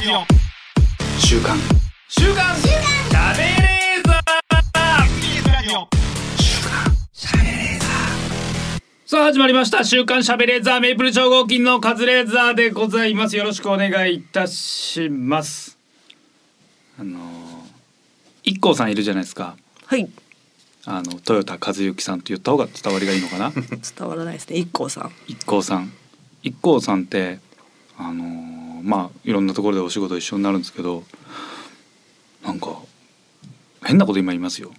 週刊しゃべれーザー。さあ始まりました週刊しゃべれーザー、メイプル超合金のカズレーザーでございます。よろしくお願いいたします。IKKOさんいるじゃないですか。 はい。 豊田和幸さんと言った方が伝わりがいいのかな。 伝わらないですね。IKKOさん。 IKKOさんってまあいろんなところでお仕事一緒になるんですけど、なんか変なこと今言いますよ。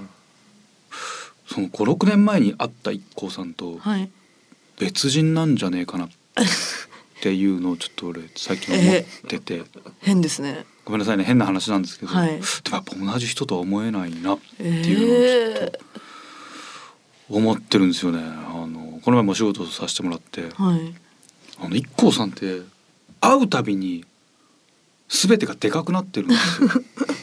その 5,6 年前に会った IKKOさんと別人なんじゃねえかなっていうのをちょっと俺最近思ってて、 変ですね。 ごめんなさいね、変な話なんですけど、でもやっぱ同じ人とは思えないなっていうのをちょっと思ってるんですよね。この前もお仕事させてもらって、IKKOさんって会うたびに全てがでかくなってるんですよ。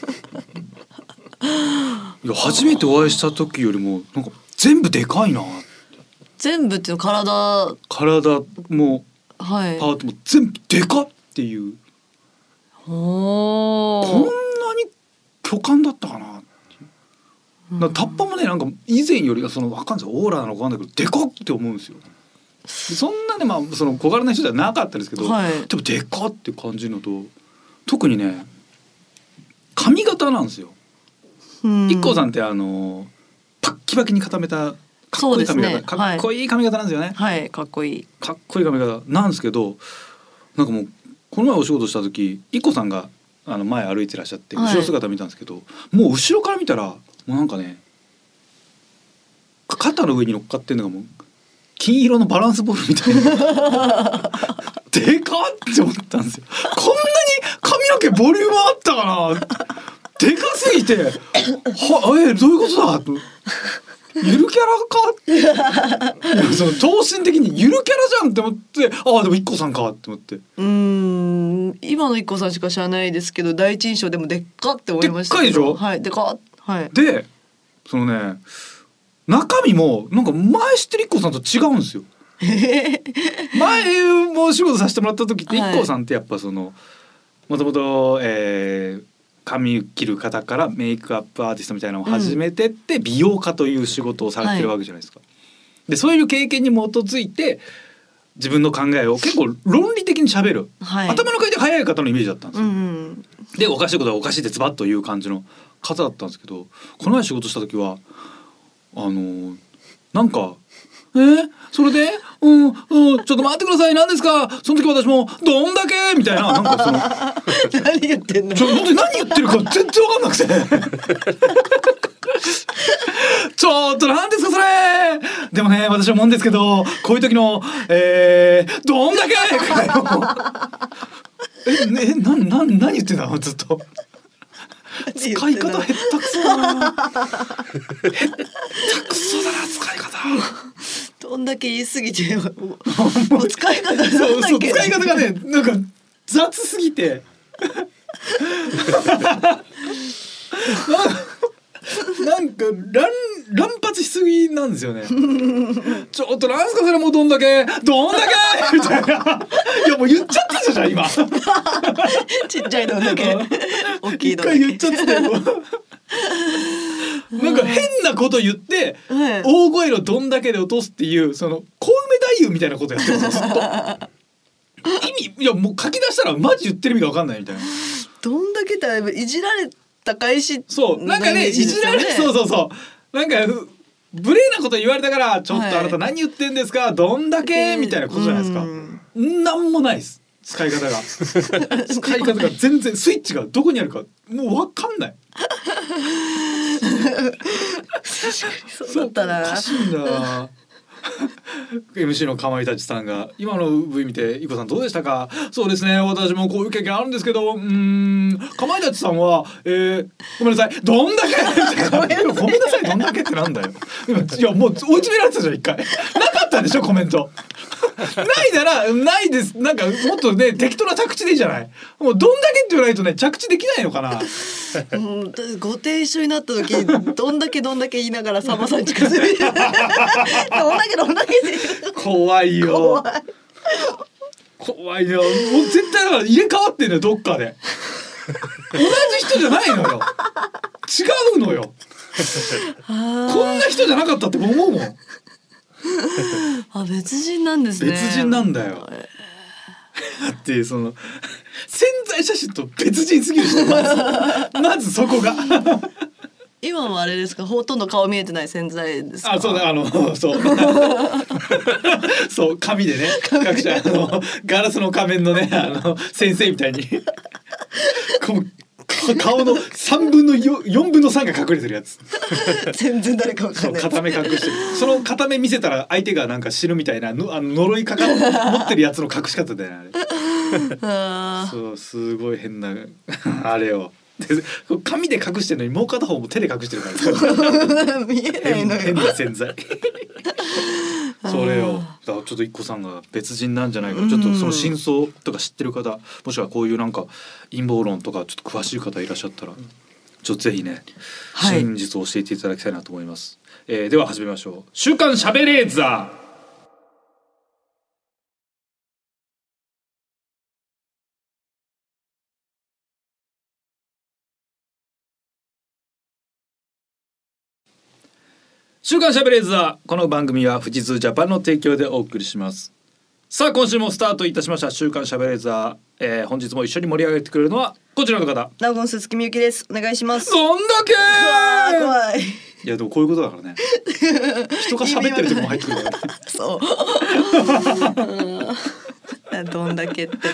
いや初めてお会いした時よりもなんか全部でかいな。 全部っていうの体も、パートも全部でかっていう。こんなに巨漢だったかなっていう。タッパもね、なんか以前よりは分かんない、オーラなのか分かんないけどでかって思うんですよ。そんなね、その小柄な人じゃなかったんですけど、でもでかって感じるのと、特にね髪型なんですよ。IKKOさんってパッキパキに固めたかっこいい髪型、かっこいい髪型なんですよね。かっこいい髪型なんですけど、なんかもうこの前お仕事した時IKKOさんが前歩いてらっしゃって後ろ姿見たんですけど、もう後ろから見たらもうなんかね、肩の上に乗っかってるのがもう金色のバランスボールみたいなでかって思ったんですよ。こんなに髪の毛ボリュームあったかな、でかすぎてどういうことだと、ゆるキャラかその等身的にゆるキャラじゃんって思って、でもIKKOさんかって思って、 今のIKKOさんしか知らないですけど、第一印象でもでっかって思いましたけど。 でっかいでしょ。でそのね、中身もなんか前知ってるIKKOさんと違うんですよ。前もお仕事させてもらった時って IKKOさんってやっぱもともと髪切る方からメイクアップアーティストみたいなのを始めてって、美容家という仕事をされてるわけじゃないですか。でそういう経験に基づいて自分の考えを結構論理的に喋る、頭の回転早い方のイメージだったんですよ。でおかしいことはおかしいってズバッという感じの方だったんですけど、この前仕事した時はなんかそれでちょっと待ってください、何ですか、その時私もどんだけみたいな、なんか何言ってんの、 何言ってるか全然分かんなくてちょっと何ですかそれ、でもね私は思うんですけど、こういう時のどんだけ何言ってんだずっと。使い方へったくそだな。へったくそだな使い方。 どんだけ言い過ぎてもう使い方なんだっけ。 使い方がねなんか雑すぎてなんか乱発しすぎなんですよね。ちょっとなんすかそれ、もうどんだけみたいな。いやもう言っちゃってたじゃん今。 ちっちゃいどんだけ大きいどんだけ一回言っちゃってたよ。なんか変なこと言って、大声のどんだけで落とすっていうその小梅太夫みたいなことやってるんですよずっと。意味いやもう書き出したらマジ言ってる意味が分かんないみたいな。 どんだけっていじられた返し、 なんかねいじられなんか無礼なこと言われたからちょっとあなた何言ってんですか、どんだけみたいなことじゃないですか。なんもないです、使い方が全然スイッチがどこにあるかもう分かんない。 そうだったな。 おかしいんだな。MC のかまいたちさんが今の V 見てIKKOさんどうでしたか。そうですね、私もこういう経験あるんですけど、かまいたちさんは、ごめんなさいどんだけごめんなさいどんだけってなんだよ。いやもう追い詰められてたじゃん一回。なかったんでしょコメント。ないならないです、なんかもっとね適当な着地でいいじゃない。もうどんだけって言わないとね着地できないのかな。 ご亭一緒になった時どんだけ言いながらさんまさんに近づいてどんだけって怖いよ。 怖いね。もう絶対だから入れ替わってんのよ、どっかで。同じ人じゃないのよ。違うのよ。こんな人じゃなかったって思うもん。 あ、別人なんですね。 別人なんだよ。だってその潜在写真と別人すぎるし、まずそこが。 今はあれですか、ほとんど顔見えてない潜在ですか。 あ、そうだ、そうそう紙でね、各社ガラスの仮面のね、先生みたいにこう顔の3分の4分の3が隠れてるやつ。 全然誰か分かんない。 片目隠してる。その片目見せたら相手がなんか死ぬみたいな呪いかか持ってるやつの隠し方だよね、あれ。そうすごい変なあれを。で紙で隠してるのにもう片方も手で隠してるから見えないのよ。 変な潜在。それをだからちょっと一個さんが別人なんじゃないか、ちょっとその真相とか知ってる方、もしくはこういうなんか陰謀論とかちょっと詳しい方いらっしゃったら、ちょっとぜひね、真実を教えていただきたいなと思います。では始めましょう。週刊しゃべれーザー。週刊しゃべれーザー。この番組は富士通ジャパンの提供でお送りします。さあ今週もスタートいたしました週刊しゃべれーザー。本日も一緒に盛り上げてくれるのはこちらの方、 ナゴン鈴木みゆきです。お願いします。 どんだけー怖い。 いやでもこういうことだからね。人が喋ってる時も入ってくるからね。 そうどんだけって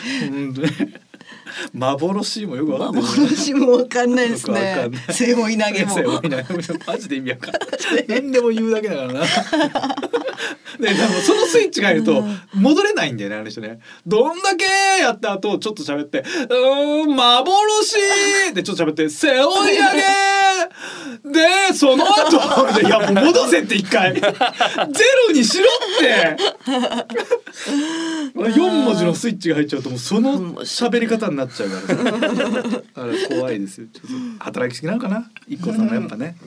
幻もよくわかんない。 幻もわかんないですね。背負い投げもマジで意味わかんない。何でも言うだけだからな。ね、でもそのスイッチが入ると戻れないんだよね、あの人ね。どんだけやった後ちょっと喋って幻でちょっと喋って背負い投げでその後いやもう戻せって一回ゼロにしろって4文字のスイッチが入っちゃうともうその喋り方になっちゃうからあれ怖いですよ。ちょっと働きすぎなのかな、一個さんがやっぱね。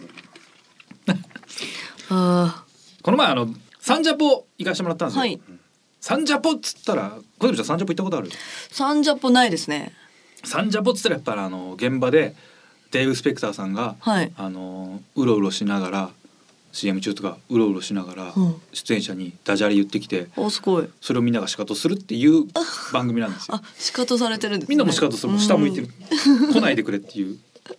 この前サンジャポ行かしてもらったんですよ、はい、サンジャポっつったら小泉ちゃんサンジャポ行ったことある？ サンジャポないですね。 サンジャポっつったらやっぱり現場でデーブ・スペクターさんが、はい、うろうろしながら CM 中とかうろうろしながら、出演者にダジャレ言ってきて、 すごいそれをみんながシカトするっていう番組なんですよ。 シカトされてるんですね。 みんなもシカトする、下向いてる来ないでくれっていう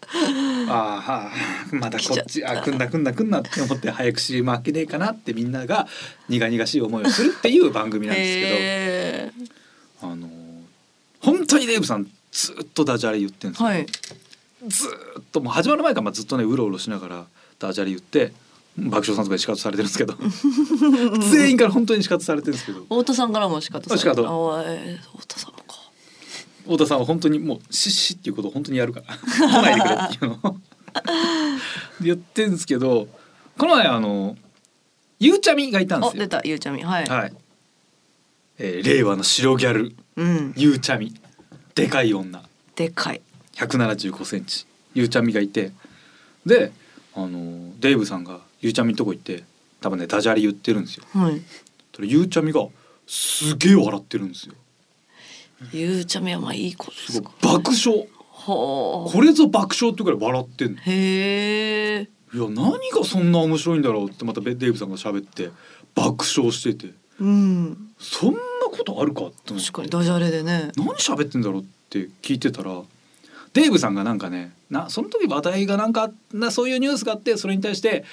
まだこっち来んなって思って早く CM 開けねえかなってみんなが苦々しい思いをするっていう番組なんですけど本当にデーブさんずっとダジャレ言ってるんですよ、はい、ずっともう始まる前からずっとねうろうろしながらダジャレ言って爆笑さんとかにシカトされてるんですけど全員から本当にシカトされてるんですけど太田さんからもシカトされてる。太田さんもか。 太田さんは本当にもうシッシっていうことを本当にやるから来ないでくれっていうのを言ってるんですけど、この前ゆうちゃみがいたんですよ。 出たゆうちゃみ、はい、 はい。令和の白ギャル、ゆうちゃみ、でかい女、 でかい 175センチゆうちゃみがいて、でデーブさんがゆうちゃみのとこ行って多分ねダジャレ言ってるんですよ、はい、ゆうちゃみがすげえ笑ってるんですよ。 ゆうちゃみはまあいい子ですか。 爆笑、これぞ爆笑ってくらい笑ってんの。へえ。いや何がそんな面白いんだろうってまたデーブさんが喋って爆笑してて、そんなことあるかって。 確かにダジャレでね何喋ってんだろうって聞いてたら、デーブさんがなんかねその時話題がなんかそういうニュースがあって、それに対して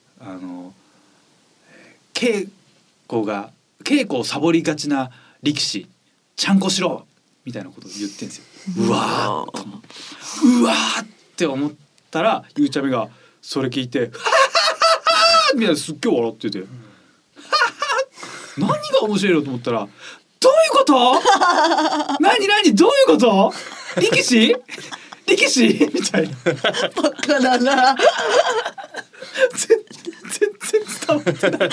稽古をサボりがちな力士ちゃんこしろみたいなことを言ってんですよ。うわーって思ったらゆうちゃみがそれ聞いてみたいなすっげえ笑ってて何が面白いのと思ったら、どういうこと何どういうこと力士みたいなバカだな全然伝わってない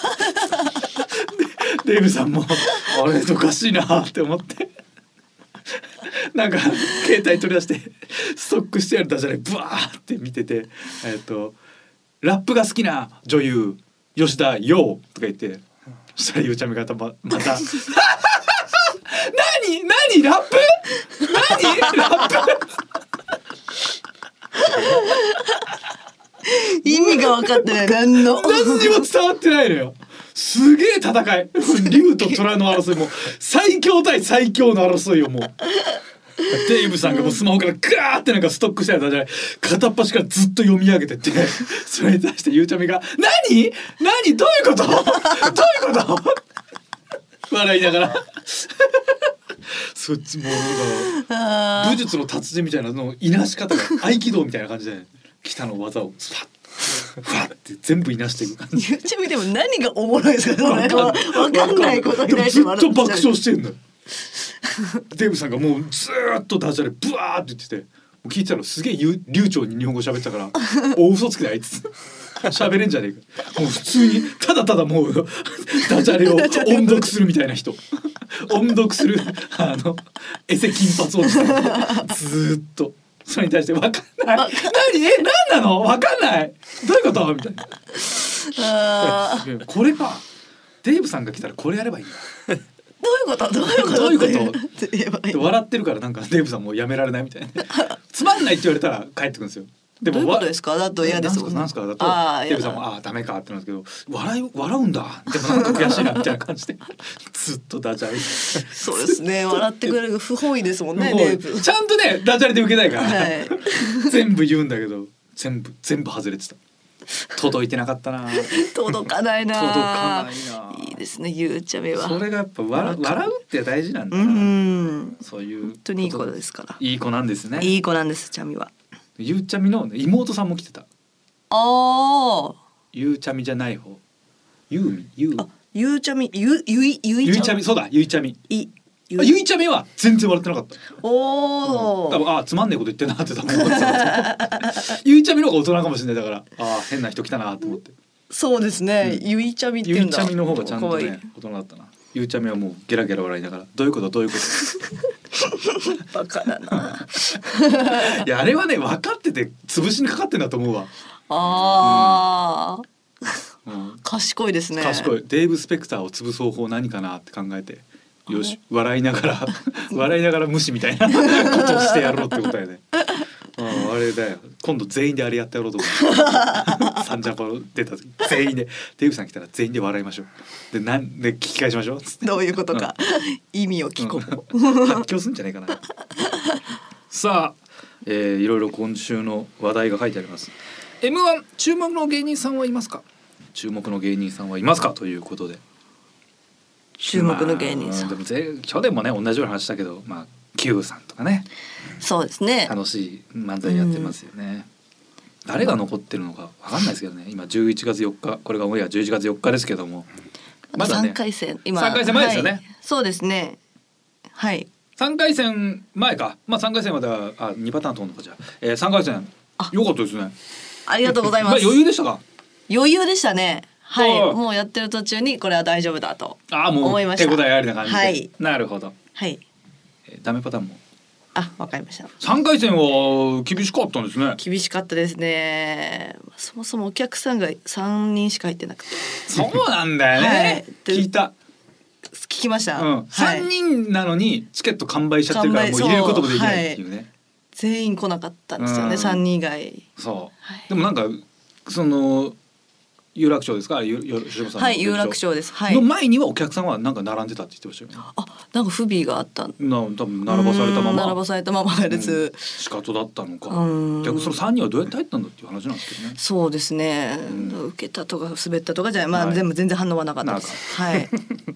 デーブさんもあれおかしいなって思ってなんか携帯取り出してストックしてあるダジャレブワーって見てて、ラップが好きな女優吉田羊とか言って、そしたらゆうちゃみがまた何ラップ何ラップ意味が分かってない。何にも伝わってないのよ。すげえ戦い。竜と虎の争いも最強対最強の争いよもう。デーブさんがもうスマホからガーってなんかストックしたやつじゃない、片っ端からずっと読み上げてってそれに対してゆうちゃみが何どういうことどういうこと笑いながらそっちもうなんか武術の達人みたいなのいなし方が合気道みたいな感じで北の技をスパッファって全部いなしていく感じ。 ゆうちゃみでも何がおもろいですか。分かんないことに対してずっと爆笑してんの。デーブさんがもうずっとダジャレブワーって言ってて、聞いてたらすげえ流暢に日本語喋ってたからお嘘つきだあいつ喋れんじゃねえか。もう普通にただもうダジャレを音読するみたいな人音読するエセ金髪おじさんずっとそれに対して分かんない何なの分かんないどういうことみたいなこれかデーブさんが来たらこれやればいいんだどういうことって笑ってるからなんかデーブさんもうやめられないみたいなつまんないって言われたら帰ってくるんですよ。でもどういうことですか。だと嫌ですもん。 なんすかだとデーブさんもダメかってなんですけど笑うんだでもなんか悔しいなみたいな感じでずっとダジャレそうですね。笑ってくれる不本意ですもんねデーブ。 ちゃんとねダジャレで受けたいから、 はい、 全部言うんだけど全部外れてた。届いてなかったな。 届かないな。いいですねゆうちゃみは。 それがやっぱ笑うって大事なんだな。そういう本当にいい子ですから。 いい子なんですね。 いい子なんですちゃみは。 ゆうちゃみの妹さんも来てた。ゆうちゃみじゃない方。ゆうちゃみそうだゆいちゃみ。ゆいちゃみは全然笑ってなかった。多分つまんねえこと言ってんなって多分思ってた。ゆいちゃみの方が大人かもしれないだから変な人来たなと思って。 そうですね、ゆいちゃみって言うんだ。 ゆいちゃみの方がちゃんとね大人だったな。ゆうちゃみはもうゲラゲラ笑いながらどういうことバカだな。 いやあれはね分かってて潰しにかかってんだと思うわ。 賢いですね。 賢い。デーブ・スペクターを潰す方法何かなって考えてよし笑いながら無視みたいなことをしてやろうってことだよね。あれだよ今度全員であれやってやろうと思う。サンジャポ出た時全員でデーブさん来たら全員で笑いましょう。で聞き返しましょう。 どういうことか、意味を聞こう。発狂すんじゃないかな。さあ、いろいろ今週の話題が書いてあります。M1 注目の芸人さんはいますか。注目の芸人さんはいますかということで。 注目の芸人さん、 でも去年もね同じような話したけどQ さんとかね。 そうですね楽しい漫才やってますよね。誰が残ってるのかわかんないですけどね。今11月4日これがオンエア11月4日ですけどもまだ3回戦今 3回戦前ですよね、 そうですねはい 3回戦前か3回戦までは2パターン通るのかじゃあ、3回戦良かったですね。 ありがとうございます。 余裕でしたか。 余裕でしたね。はい、もうやってる途中にこれは大丈夫だと思いました。 手応えありな感じで、 はい、なるほど。 はい、 ダメパターンもわかりました。 3回戦は厳しかったんですね。 厳しかったですね。そもそもお客さんが3人しか入ってなくて。 そうなんだよね、聞きました、 3人なのにチケット完売しちゃってるからもう入れることもできないっていうね、 全員来なかったんですよね、3人以外。 そう、でもなんかその有楽町ですか。有楽町です。 の前にはお客さんはなんか並んでたって言ってましたよね。 なんか不備があった。 多分並ばされたまま列、 仕方だったのか。逆にその3人はどうやって入ったんだっていう話なんですけどね。 そうですね、受けたとか滑ったとかじゃ全然反応はなかったです。はい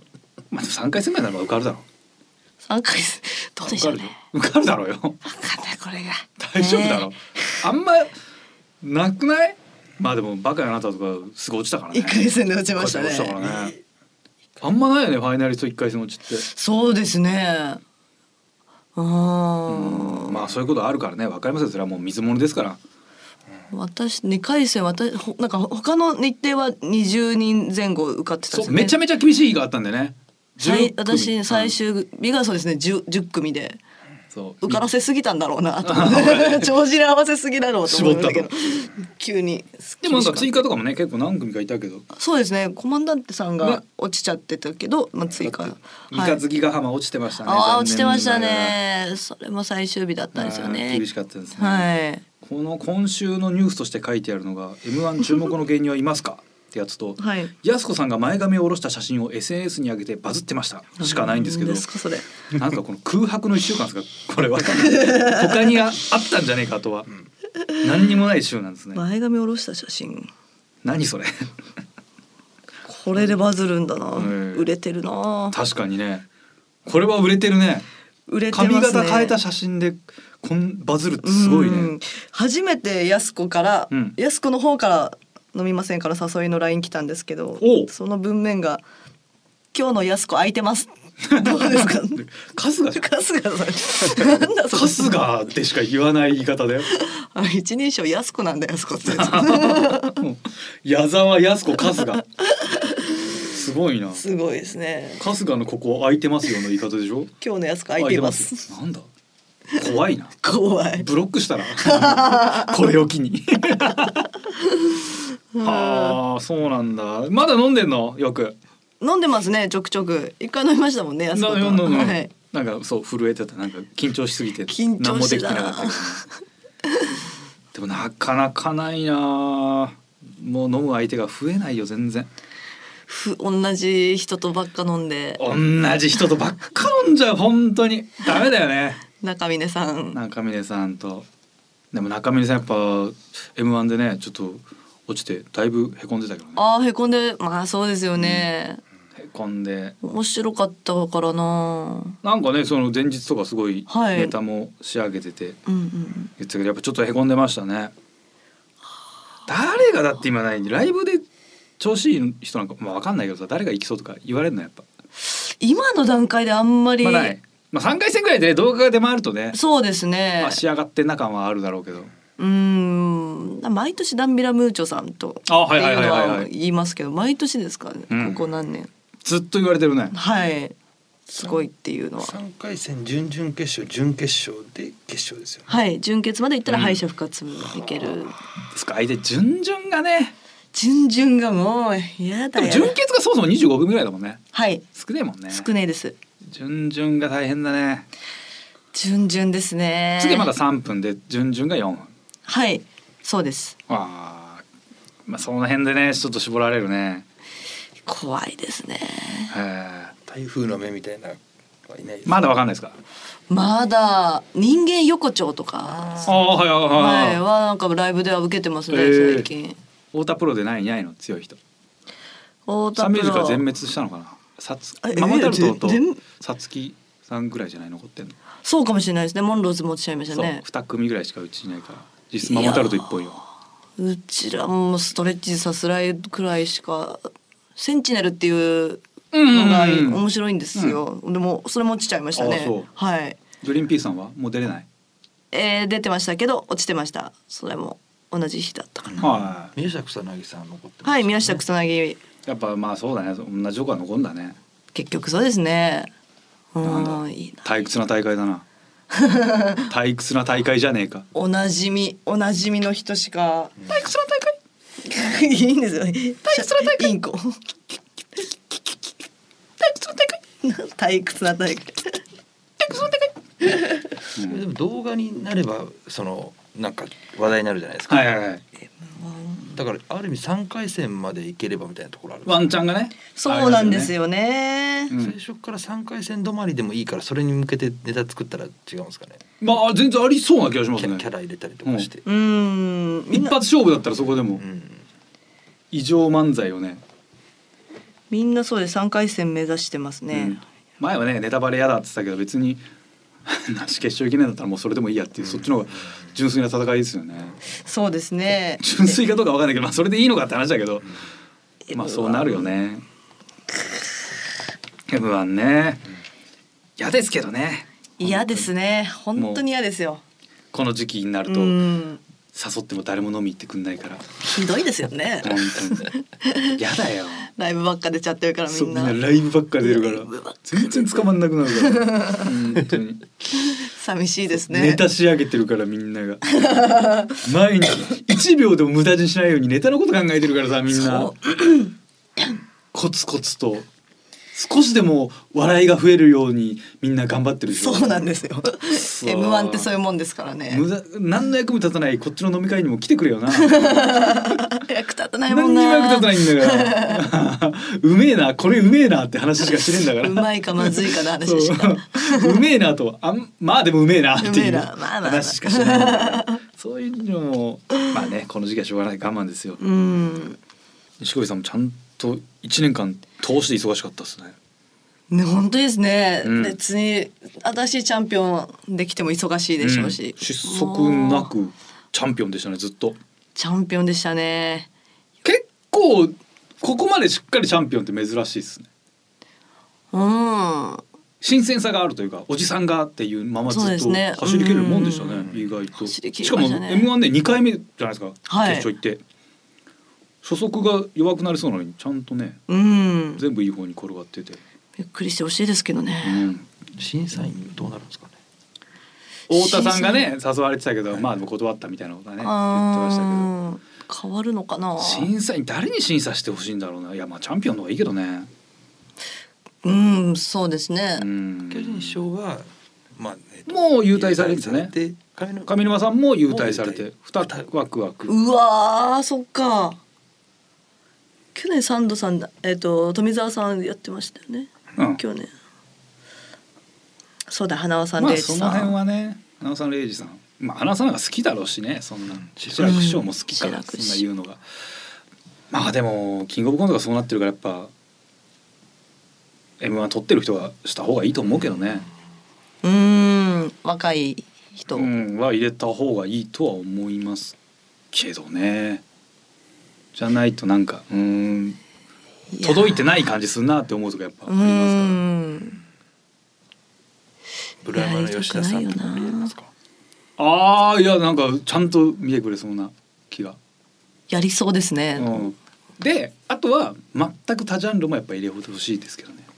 3回戦目なら受かるだろう。 3回戦どうでしょうね。 受かるだろうよ。 分かんないこれが大丈夫だろう。あんまなくない。でもバカやなたとかすぐ落ちたからね。 1回戦で落ちましたね。 あんまないよねファイナリスト1回戦落ちって。 そうですね。 そういうことあるからね。わかりますよ。それはもう水物ですから。 私2回戦なんか他の日程は20人前後受かってたんですよね。 めちゃめちゃ厳しい日があったんでね。 私最終日がそうですね 10組で。 受からせすぎたんだろうなと帳尻合わせすぎだろうと思うんだけど急に。 でもなんか追加とかもね結構何組かいたけど。 そうですね、コマンダンテさんが落ちちゃってたけど、まあ、追加三日月ヶ浜落ちてましたね。 ああ落ちてましたね。それも最終日だったんですよね。 厳しかったですね、 はい。 この今週のニュースとして書いてあるのが M1 注目の芸人はいますかってやつと、 はい、 やす子さんが前髪を下ろした写真を SNS に上げてバズってましたしかないんですけど、なんかこの空白の1週間ですかこれは他にあったんじゃねえかとは、何にもない週なんですね。 前髪を下ろした写真、 何それこれでバズるんだな、売れてるな。 確かにね、これは売れてるね。 売れてますね。 髪型変えた写真でバズるってすごいね。 初めてやす子から、やす子の方から飲みませんから誘いの LINE 来たんですけど、その文面が今日のやす子空いてますどうですか春日さんなんだ春日でしか言わない言い方だよ一人称やす子なんだやす子って矢沢やす子春日すごいな。 すごいですね。 春日のここ空いてますよの言い方でしょ。 今日のやす子空いてます。 なんだ怖いな。 怖い。 ブロックしたらこれを機にああそうなんだ。まだ飲んでんの？よく飲んでますね。ちょくちょく一回飲みましたもんね。やす子と。 はい、なんかそう震えてた。なんか緊張しすぎて何もできてなかったけど、ね、でもなかなかないな。もう飲む相手が増えないよ全然。 同じ人とばっか飲んで。 同じ人とばっか飲んじゃう本当にダメだよね。 中峰さんと。でも中峰さんやっぱ M1 でねちょっと落ちてだいぶへこんでたけどね。 ああへこんで、まあそうですよね、 へこんで面白かったからな。 なんかねその前日とかすごいネタも仕上げてて、言ってたけどやっぱちょっとへこんでましたね。誰がだって今ないライブで調子いい人なんか、まあ、分かんないけどさ誰が行きそうとか言われるのやっぱ今の段階であんまり、 ない、まあ、3回戦ぐらいで、ね、動画が出回るとねそうですね、 まあ、仕上がってんな感はあるだろうけど毎年ダンビラムーチョさんとっていうのは言いますけど毎年ですかね、ここ何年ずっと言われてるね。 はいすごいっていうのは 3回戦準々決勝準決勝で決勝ですよね。 はい準決までいったら敗者復活いける、 ですか。相手準々がね準々がもうやだ。 でも準決がそもそも25分ぐらいだもんね。 はい少ねえもんね。 少ねえです。 準々が大変だね。 準々ですね。 次まだ3分で準々が4分。 はいそうです。 まあその辺でねちょっと絞られるね。 怖いですね。 台風の目みたいなはいないです。 まだわかんないですか。 まだ人間横丁とかはいはなんかライブでは受けてますね、最近。 太田プロでないの強い人。 太田プロサンミュージックは全滅したのかな。ママタルトとさつきさんぐらいじゃない残ってんの。 そうかもしれないですね。モンローズも落ちちゃいましたね。 2組ぐらいしかうちいないから実質ママタルト1本よ。 うちらもストレッチさすらいくらいしか。センチネルっていうのが面白いんですよ、でもそれも落ちちゃいましたね。はい。 グリーンピースさんはもう出れない？ 出てましたけど落ちてました。それも同じ日だったかな。 はい。 宮下草薙さん残ってます、ね。 はい宮下草薙。 やっぱまあそうだね同じとこが残るんだね。 結局そうですね。 なんだいいな。退屈な大会だな。退屈な大会じゃねえか。 おなじみの人しか。 退屈な大会。 いいんですよ。退屈な大会。インコ。退屈な大会。 でも動画になればそのなんか話題になるじゃないですか。だからある意味3回戦までいければみたいなところある。 ワンチャンがね。 そうなんですよね。 最初から3回戦止まりでもいいからそれに向けてネタ作ったら違うんですかね。 まあ全然ありそうな気がしますね。 キャラ入れたりとかして。 一発勝負だったらそこでも異常漫才をね。 みんなそうで3回戦目指してますね。 前はねネタバレ嫌だって言ったけど別に決勝いけないんだったらもうそれでもいいやっていうそっちの方が純粋な戦いですよね。 そうですね。 純粋かどうかわかんないけど、まあそれでいいのかって話だけど、まあそうなるよね。M1 ね。嫌ですけどね。 嫌ですね。本当に嫌ですよ。 この時期になると誘っても誰も飲み行ってくんないから。 ひどいですよね。 本当に。嫌だよ。 ライブばっか出ちゃってるからみんな。 ライブばっか出るから全然捕まんなくなるから。本当に。 寂しいですね。 ネタ仕上げてるからみんなが毎日1秒でも無駄にしないようにネタのこと考えてるからさみんなコツコツと少しでも笑いが増えるようにみんな頑張ってるでしょ。 そうなんですよ。M1 ってそういうもんですからね。 何の役も立たないこっちの飲み会にも来てくれよな。 役立たないもんな。 何にも役立たないんだからうめえなこれうめえなって話しかしねえんだからうまいかまずいかの話しかうめえなとまあでもうめえなっていう話しかしないんだからそういうのもまあねこの時期はしょうがない我慢ですよ。錦鯉さんもちゃんと1年間通して忙しかったですね。 ね本当ですね、別に新しいチャンピオンできても忙しいでしょうし、 失速なくチャンピオンでしたねずっと。 チャンピオンでしたね。 結構ここまでしっかりチャンピオンって珍しいですね。新鮮さがあるというかおじさんがっていうままずっと走りきれるもんでしたね、意外と。しかも M1 ね2回目じゃないですか、決勝行って初速が弱くなりそうなのにちゃんとね、全部いい方に転がっててびっくりしてほしいですけどね、 審査員どうなるんですかね。 太田さんがね誘われてたけどまあ断ったみたいなことはね言ってましたけど、 変わるのかな。 審査員誰に審査してほしいんだろうな。いやまあチャンピオンの方がいいけどね。 そうですね。 巨人師匠はまあ、 もう優待されてね。上沼さんも優待されて2枠。 うわーそっか。去年サンドさん富澤さんやってましたよね、去年。そうだ花輪さん、礼二さん。 その辺はね花輪さん礼二さん、花輪さんが好きだろうしね、そんな志らく師匠も好きからそんな言うのが。まあでもキングオブコントがそうなってるからやっぱ M1 取ってる人がした方がいいと思うけどね。 若い人は入れた方がいいとは思いますけどね。じゃないとなんか届いてない感じするなって思うとかやっぱありますから。 ブラマの吉田さんとか見えますか。 いやなんかちゃんと見てくれそうな気が。 やりそうですね。 であとは全く他ジャンルもやっぱ入れてほしいですけどね。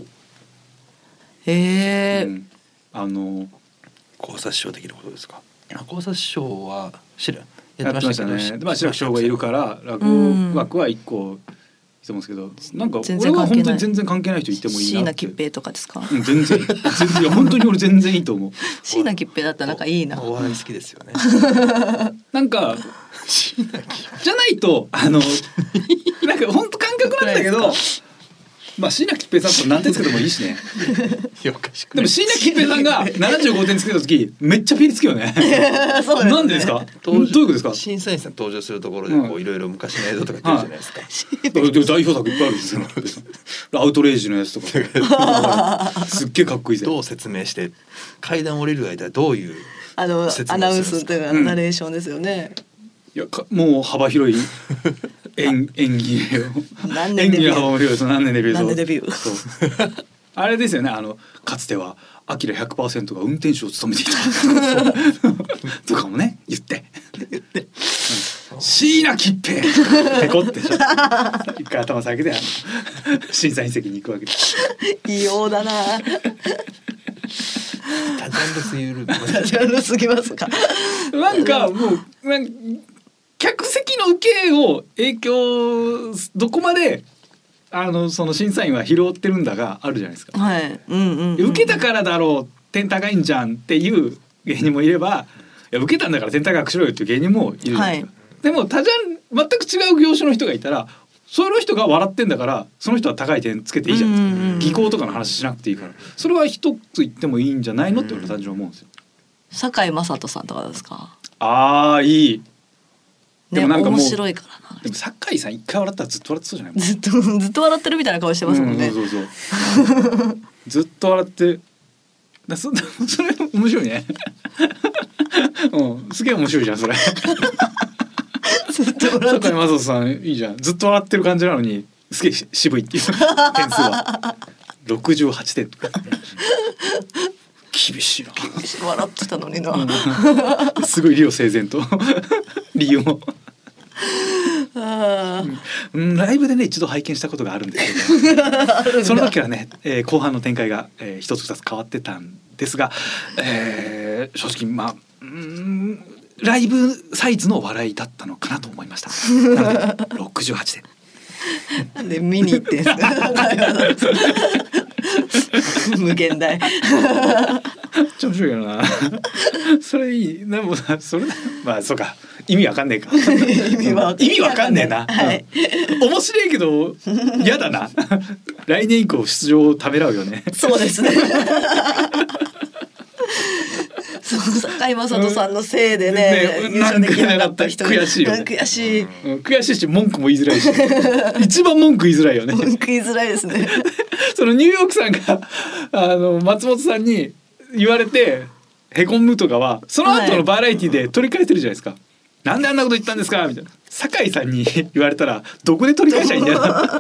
考察師匠的なことですか。考察師匠はやってましたね。志らく師匠がいるから落語枠は1個してますけど、なんか俺は本当に全然関係ない人いてもいいなって。 椎名桔平とかですか。 全然いや本当に俺全然いいと思う。 椎名桔平だったらなんかいいな。 お笑い好きですよね。 なんかじゃないとなんか本当感覚なんだけど。椎名桔平さんと何点つけてもいいしね。でも椎名桔平さんが75点つけた時めっちゃピリつくよね。なんでですか。どういうことですか。 審査員さん登場するところでこういろいろ昔の映像とか言ってるじゃないですか。 代表作いっぱいあるんですよ。アウトレイジのやつとかすっげえかっこいいぜ。 どう説明して階段降りる間どういうアナウンスというかナレーションですよね。 いやもう幅広い演技何年デビュー何年デビューあれですよね。かつてはアキラ 100% が運転手を務めていたとかもね言って椎名桔平ペコって一回頭下げて審査員席に行くわけです。 異様だな。 多ジャンルすぎますか。 なんかもう客席の受けを影響どこまでその審査員は拾ってるんだがあるじゃないですか。受けたからだろう点高いんじゃんっていう芸人もいれば、いや受けたんだから点高くしろよっていう芸人もいるじゃないですか。でも全く違う業種の人がいたらその人が笑ってんだからその人は高い点つけていいじゃないですか。技巧とかの話しなくていいからそれは一つ言ってもいいんじゃないのって俺は単純に思うんですよ。 堺雅人さんとかですか。 いい。 でもなんか面白いからな。 でも堺さん一回笑ったらずっと笑ってそうじゃない。 ずっと笑ってるみたいな顔してますもんね。 そうずっと笑ってそれ面白いね。すげえ面白いじゃんそれ。堺雅人さんいいじゃん。ずっと笑ってる感じなのにすげえ渋いっていう点数は68点とか。厳しいな。 笑ってたのにな。 すごい理路整然と理由も。 ライブでね一度拝見したことがあるんですけど、その時はね、後半の展開が、一つ二つ変わってたんですが、正直まあライブサイズの笑いだったのかなと思いました。なので68点。 なんで見に行ってんすか無限大ちょ面白いよなそれいい。でもそれまあそうか、意味わかんねえか意味わかんねえな、はい、面白いけど嫌だな来年以降出場をためらうよね。 そうですねその堺雅人さんのせいでね優勝できなかった人悔しいよね。 悔しい、 悔しいし文句も言いづらいし一番文句言いづらいよね。 文句言いづらいですねそのニューヨークさんが松本さんに言われてへこむとかはその後のバラエティで取り返してるじゃないですか、はい、なんであんなこと言ったんですかみたいな。堺さんに言われたらどこで取り返しゃいいんだよ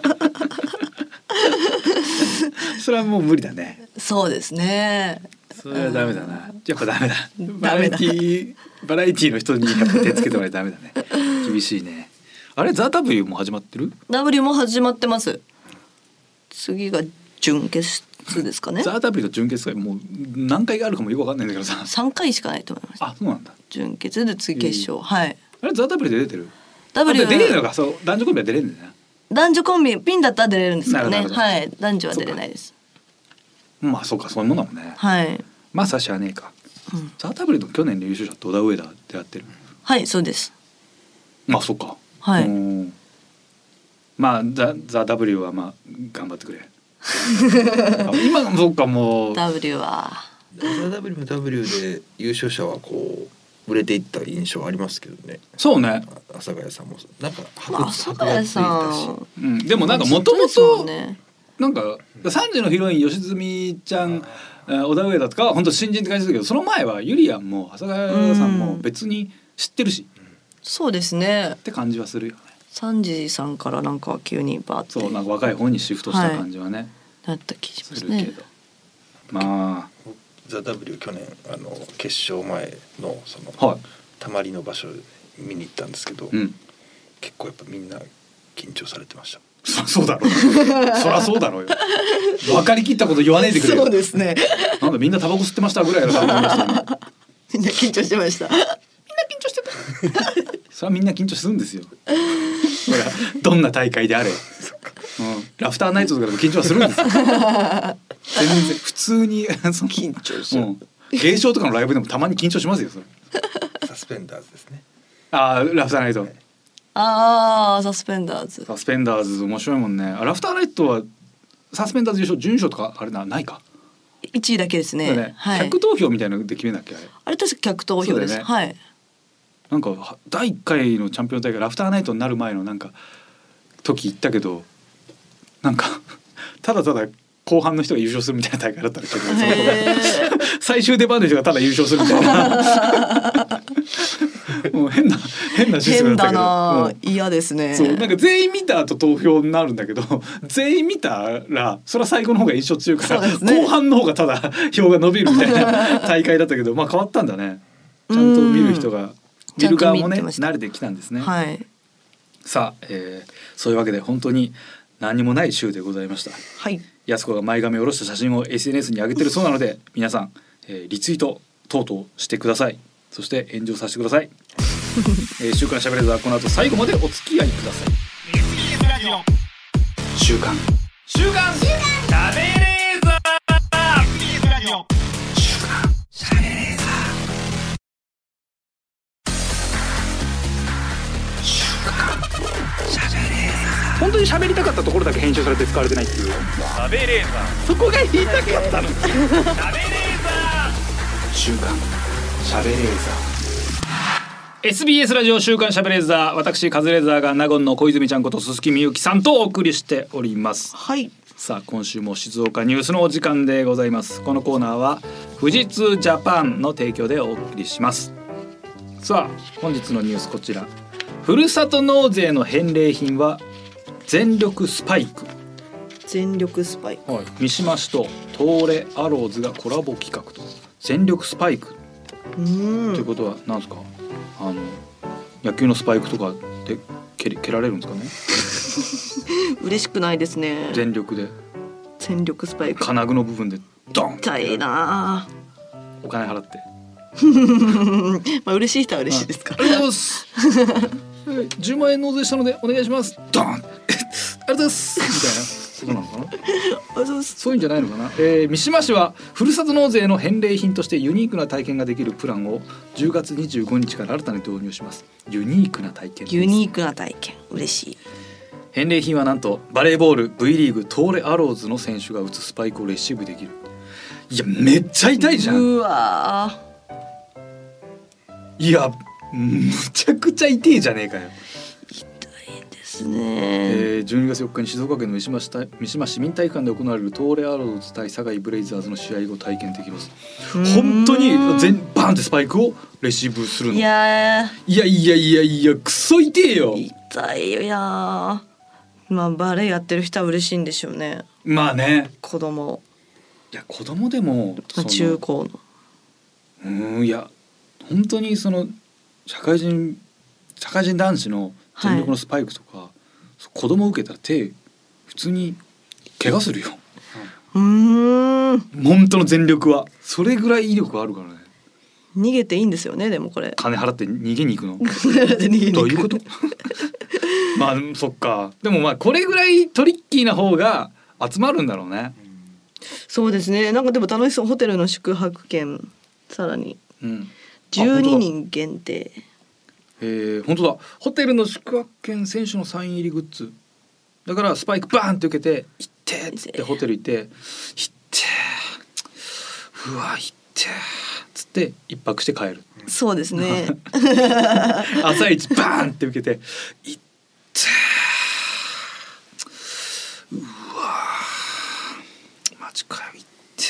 それはもう無理だね。 そうですね。 それはダメだな。やっぱダメだ。バラエティの人にやっぱ手つけてもらえダメだね。厳しいね。あれザ・ W も始まってる？ W も始まってます。次が準決勝ですかね。 ザ・ W と準決勝もう何回あるかもよくわかんないんだけどさ。 3回しかないと思います。 あ、そうなんだ。 準決で次決勝、はい。 あれザ・ W で出てる ？W 出れるのか。そう、男女コンビは出れるんだよね。 男女コンビピンだったら出れるんですけどね。はい、男女は出れないです。 まあそうか、そういうもんだもんね。 はい。 まあさしはねえか。ザ・ W の去年の優勝者と小田上田でやってる。 はい、そうです。 まあそうか。 はい。 まあザ・ W はまあ頑張ってくれ今もそうか。もう W はザ・ W も W で優勝者はこう売れていった印象ありますけどね。 そうね。 阿佐ヶ谷さんもなんか阿佐ヶ谷さん、でもなんかもともとなんか3時のヒロイン吉住ちゃん、小田上田とかは本当新人って感じだけど、その前はゆりやんも阿佐ヶ谷さんも別に知ってるし、 そうですねって感じはするよね。 3時さんからなんか急にバーってそうなんか若い方にシフトした感じはね、 だった気しますね。 まあザ・ W 去年決勝前のその、はい、たまりの場所見に行ったんですけど、結構やっぱみんな緊張されてました。 そうだろうそりゃそうだろうよ分かりきったこと言わないでくれよ。 そうですね。 なんだみんなタバコ吸ってましたぐらいの感じでした、ね、 みんな緊張してました。みんな緊張してたそれはみんな緊張するんですよほらどんな大会であれ、ラフターナイトとかでも緊張はするんですよ全然普通に緊張しちゃう、 芸商とかのライブでもたまに緊張しますよそれサスペンダーズですね。 ああラフターナイト、はい、 ああサスペンダーズ面白いもんね。ラフターナイトはサスペンダーズ優勝準優勝とかあれないか。 1位だけですね。 はい、客投票みたいなので決めなきゃ。 あれ確か客投票です、ね、はい。 なんか第1回のチャンピオン大会ラフターナイトになる前のなんか時行ったけど、なんかただただ後半の人が優勝するみたいな大会だったんだけど、最終出番の人がただ優勝するみたいなもう変なシステムだったけど、変だな、 嫌ですね。 そうなんか全員見た後投票になるんだけど、全員見たらそれは最後の方が印象強いから、ね、後半の方がただ票が伸びるみたいな大会だったけど、まあ変わったんだね。ちゃんと見る人が見る側もね慣れてきたんですね。 はい、 さあ、そういうわけで本当に何もない週でございました。 はい。 やす子が前髪を下ろした写真を SNS に上げてるそうなので皆さん、リツイート等々してください。そして炎上させてください週刊しゃべれーザーこの後最後までお付き合いください。週刊しゃべれーザー週刊しゃべれーザー週刊しゃべれーザー。本当に喋りたかったところだけ編集されて使われてないっていう。しゃべれーザー、そこが言いたかったの。しゃべれーザー週刊しゃべれーザー。SBS ラジオ週刊しゃべれーザー、私カズレーザーが納言の小泉ちゃんこと鈴木みゆきさんとお送りしております。 はい。 さあ今週も静岡ニュースのお時間でございます。このコーナーは富士通ジャパンの提供でお送りします。さあ本日のニュースこちら、ふるさと納税の返礼品は全力スパイク。 全力スパイク、 はい、三島市と東レアローズがコラボ企画と全力スパイクということは何ですか。野球のスパイクとかで蹴られるんですかね。 嬉しくないですね。 全力スパイク金具の部分でドン痛いな。 お金払ってまあ嬉しい人は嬉しいですか。 ありがとうございます10万円納税したのでお願いしますドンありがとうございますみたいなことなのかなそういうんじゃないのかな。三島市はふるさと納税の返礼品としてユニークな体験ができるプランを10月25日から新たに導入します。ユニークな体験です。 ユニークな体験嬉しい。 返礼品はなんとバレーボール V リーグトーレアローズの選手が打つスパイクをレシーブできる。いやめっちゃ痛いじゃん。 うわいやむちゃくちゃ痛いじゃねえかよ。 痛いですね。 12月4日に静岡県の三島市民体育館で行われるトーレアローズ対佐賀ブレイザーズの試合後体験できます。本当にバンってスパイクをレシーブするの。いやクソ痛えよ。 痛いよ。いやまあバレエやってる人は嬉しいんでしょうね。 まあね。 子供。 いや子供でも中高の。いや本当にその社会人男子の全力のスパイクとか、はい、子供受けたら手普通に怪我するよ。本当の全力はそれぐらい威力あるからね。 逃げていいんですよね。でもこれ金払って逃げに行くの逃げどういうことまあそっか。でもまあこれぐらいトリッキーな方が集まるんだろうね。 そうですね。なんかでも楽しそう。ホテルの宿泊券さらに、12人限定。 本当だ。ホテルの宿泊券選手のサイン入りグッズだからスパイクバーンって受けて「いって」っつってホテル行って「いってうわいって」っつって一泊して帰る。 そうですね朝一バーンって受けて「いって」うわマジかよいって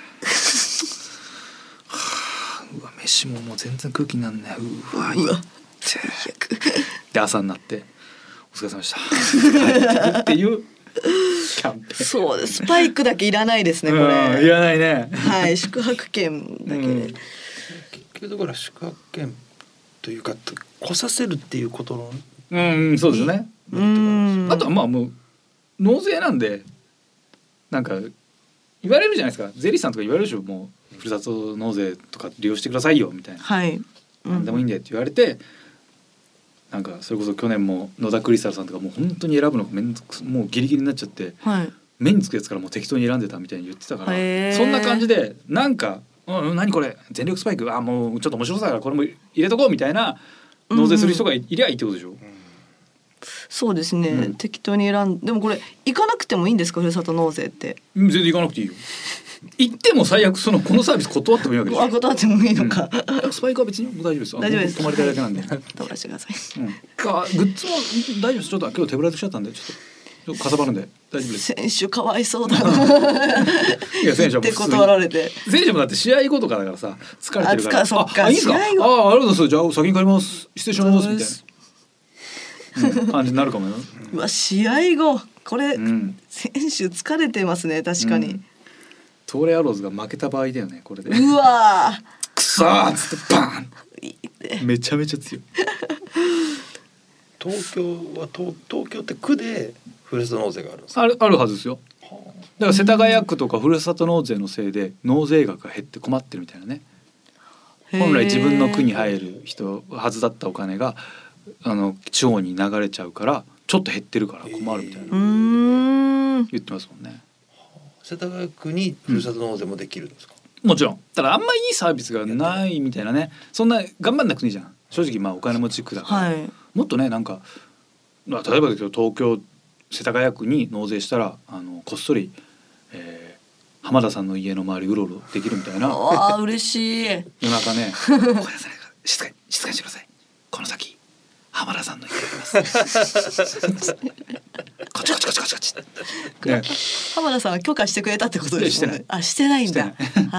うわ飯ももう全然空気になんね。うわいってで朝になってお疲れ様でしたっていうキャンペーン。 そうです。スパイクだけいらないですねこれ。 いらないね。 はい宿泊券だけで、結局だから宿泊券というか来させるっていうことのそうですね。あとはまあもう納税なんでなんか言われるじゃないですか。税理士さんとか言われるでしょ。もうふるさと納税とか利用してくださいよみたいな、 はい、 何でもいいんでって言われて、なんかそれこそ去年も野田クリスタルさんとかもう本当に選ぶのがもうギリギリになっちゃって、 はい、 目につくやつからもう適当に選んでたみたいに言ってたから、そんな感じでなんか何これ全力スパイクもうちょっと面白さだからこれも入れとこうみたいな納税する人がいりゃいいってことでしょ。 そうですね、適当に選んでもこれ行かなくてもいいんですかふるさと納税って。 全然行かなくていいよ。行っても最悪このサービス断ってもいいわけでしょ。 断ってもいいのか、 スパイクは別に大丈夫です。 大丈夫です。 泊まりたいだけなんで泊まらせてください、 グッズも大丈夫です。ちょっと今日手ぶらでしちゃったんでちょっとかさばるんで大丈夫です。 選手かわいそうだないや選手はもう断られて選手もだって試合後とかだからさ疲れてるからそっかいいですか。ありがとうございます。じゃあ先に帰ります失礼しますみたいな感じになるかもよ。 うわ試合後これ、選手疲れてますね確かに、 トーレアローズが負けた場合だよねこれで。 うわくそーっつってバーンめちゃめちゃ強い。 東京って区でふるさと納税があるんですか。 あるはずですよ。だから世田谷区とかふるさと納税のせいで納税額が減って困ってるみたいなね。本来自分の区に入るはずだったお金が地方に流れちゃうからちょっと減ってるから困るみたいな言ってますもんね。 世田谷区にふるさと納税もできるんですか。 もちろん。ただあんまりいいサービスがないみたいなね。そんな頑張んなくていいじゃん正直。お金持ち区だから、もっとねなんか例えばだけど東京世田谷区に納税したらこっそり、浜田さんの家の周りうろうろできるみたいな。 あ嬉しい。 夜中ねごめんなさい静かにしてください。この先浜田さんの家がありますこっちね、浜田さんは許可してくれたってことですね。してないんだ。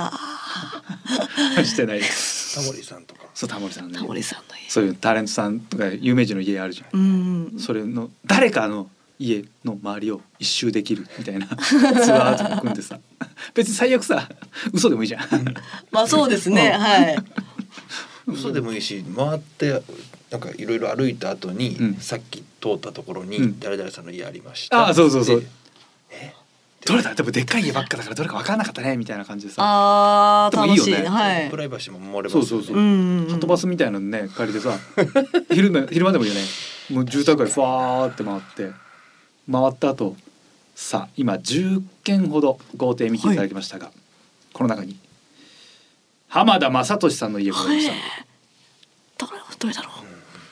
してない。 タモリさんとか。 そうタモリさんの家。 そういうタレントさんとか有名人の家あるじゃん。それの誰かの家の周りを一周できるみたいなツアーとか組んでさ別に最悪さ嘘でもいいじゃん。 まあそうですね。はい。 嘘でもいいし回ってなんかいろいろ歩いた後に、さっき言っ通ったところに誰々さんの家ありました、 あそうそうそう、どれだでもでっかい家ばっかだからどれか分からなかったねみたいな感じでさ、 楽しいよね、はい、 プライバシーも守れますよね。 そうハトバスみたいなのね借りてさ昼間でもいいよね、もう住宅街ファーって回った後さあ今10軒ほど豪邸見ていただきましたが、この中に浜田雅俊さんの家がありました。 どれだろう、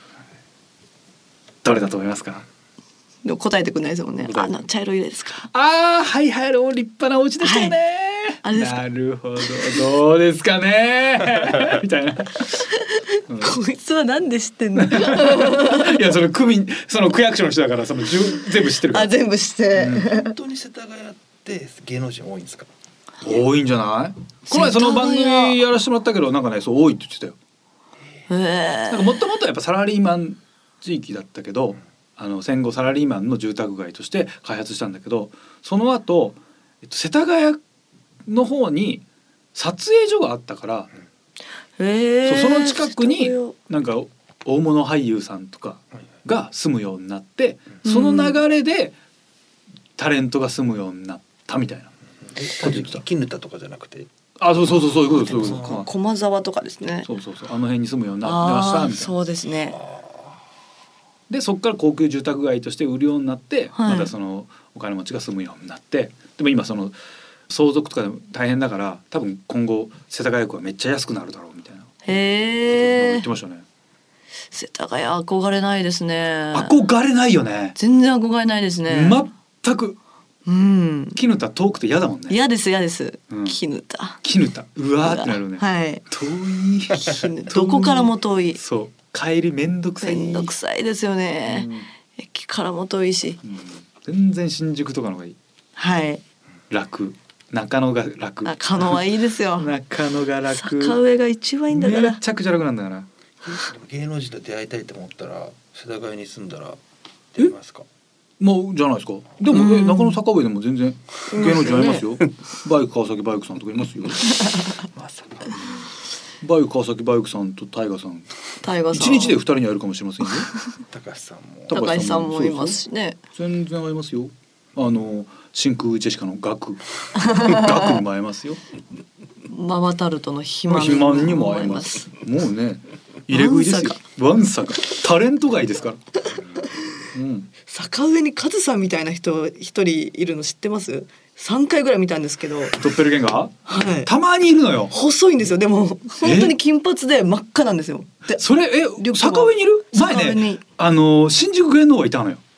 どれだと思いますか？ でも答えてくれないですもんね。茶色い家ですか？ はいはい、立派なお家でしたよね、 あれですか？ なるほど、どうですかねみたいな、こいつはなんで知ってんの？いやその区役所の人だから全部知ってるから。 全部知って、 本当に世田谷って芸能人多いんですか？ 多いんじゃない？この前その番組やらせてもらったけどなんかね、そう多いって言ってたよ。なんかもともとやっぱサラリーマン地域だったけど、戦後サラリーマンの住宅街として開発したんだけど、その後、世田谷の方に撮影所があったから、その近くになんか大物俳優さんとかが住むようになって、その流れでタレントが住むようになったみたいな。 絹田とかじゃなくて、 そういうことです。 駒沢とかですね。 そうあの辺に住むようになってましたみたいな。 そうですね。 でそこから高級住宅街として売るようになって、またそのお金持ちが住むようになって、でも今その相続とかでも大変だから多分今後世田谷区はめっちゃ安くなるだろうみたいな言ってましたね。 世田谷憧れないですね。 憧れないよね。 全然憧れないですね。 全く。絹田遠くて嫌だもんね。 嫌です。絹田うわーってなるね。 はい。 遠い。 どこからも遠い。 そう。帰りめんどくさいですよね。駅からも遠いし。 全然新宿とかの方がいい。 はい。 楽。中野が楽。 中野はいいですよ。 中野が楽。 坂上が一番いいんだから。 めちゃくちゃ楽なんだから。 芸能人と出会いたいと思ったら世田谷に住んだら出会いますか？ もうじゃないですか。でも中野坂上でも全然芸能人ありますよ。バイク川崎バイクさんとかいますよ。まさか。バイク川崎バイクさんとタイガさん。一日で2人に会えるかもしれませんよ。 高橋さんもいますしね。 全然会えますよ。真空ジェシカのガクにも会えますよ。 ママタルトの肥満にも会えます。もうね入れ食いですよ。ワンサカタレント街ですから。 坂上にカズさんみたいな人一人いるの知ってます？3回ぐらい見たんですけど。 ドッペルゲンガー？ はい。 たまにいるのよ。 細いんですよ。でも本当に金髪で真っ赤なんですよ。でそれ坂上にいる？前ね新宿芸能はいたのよ。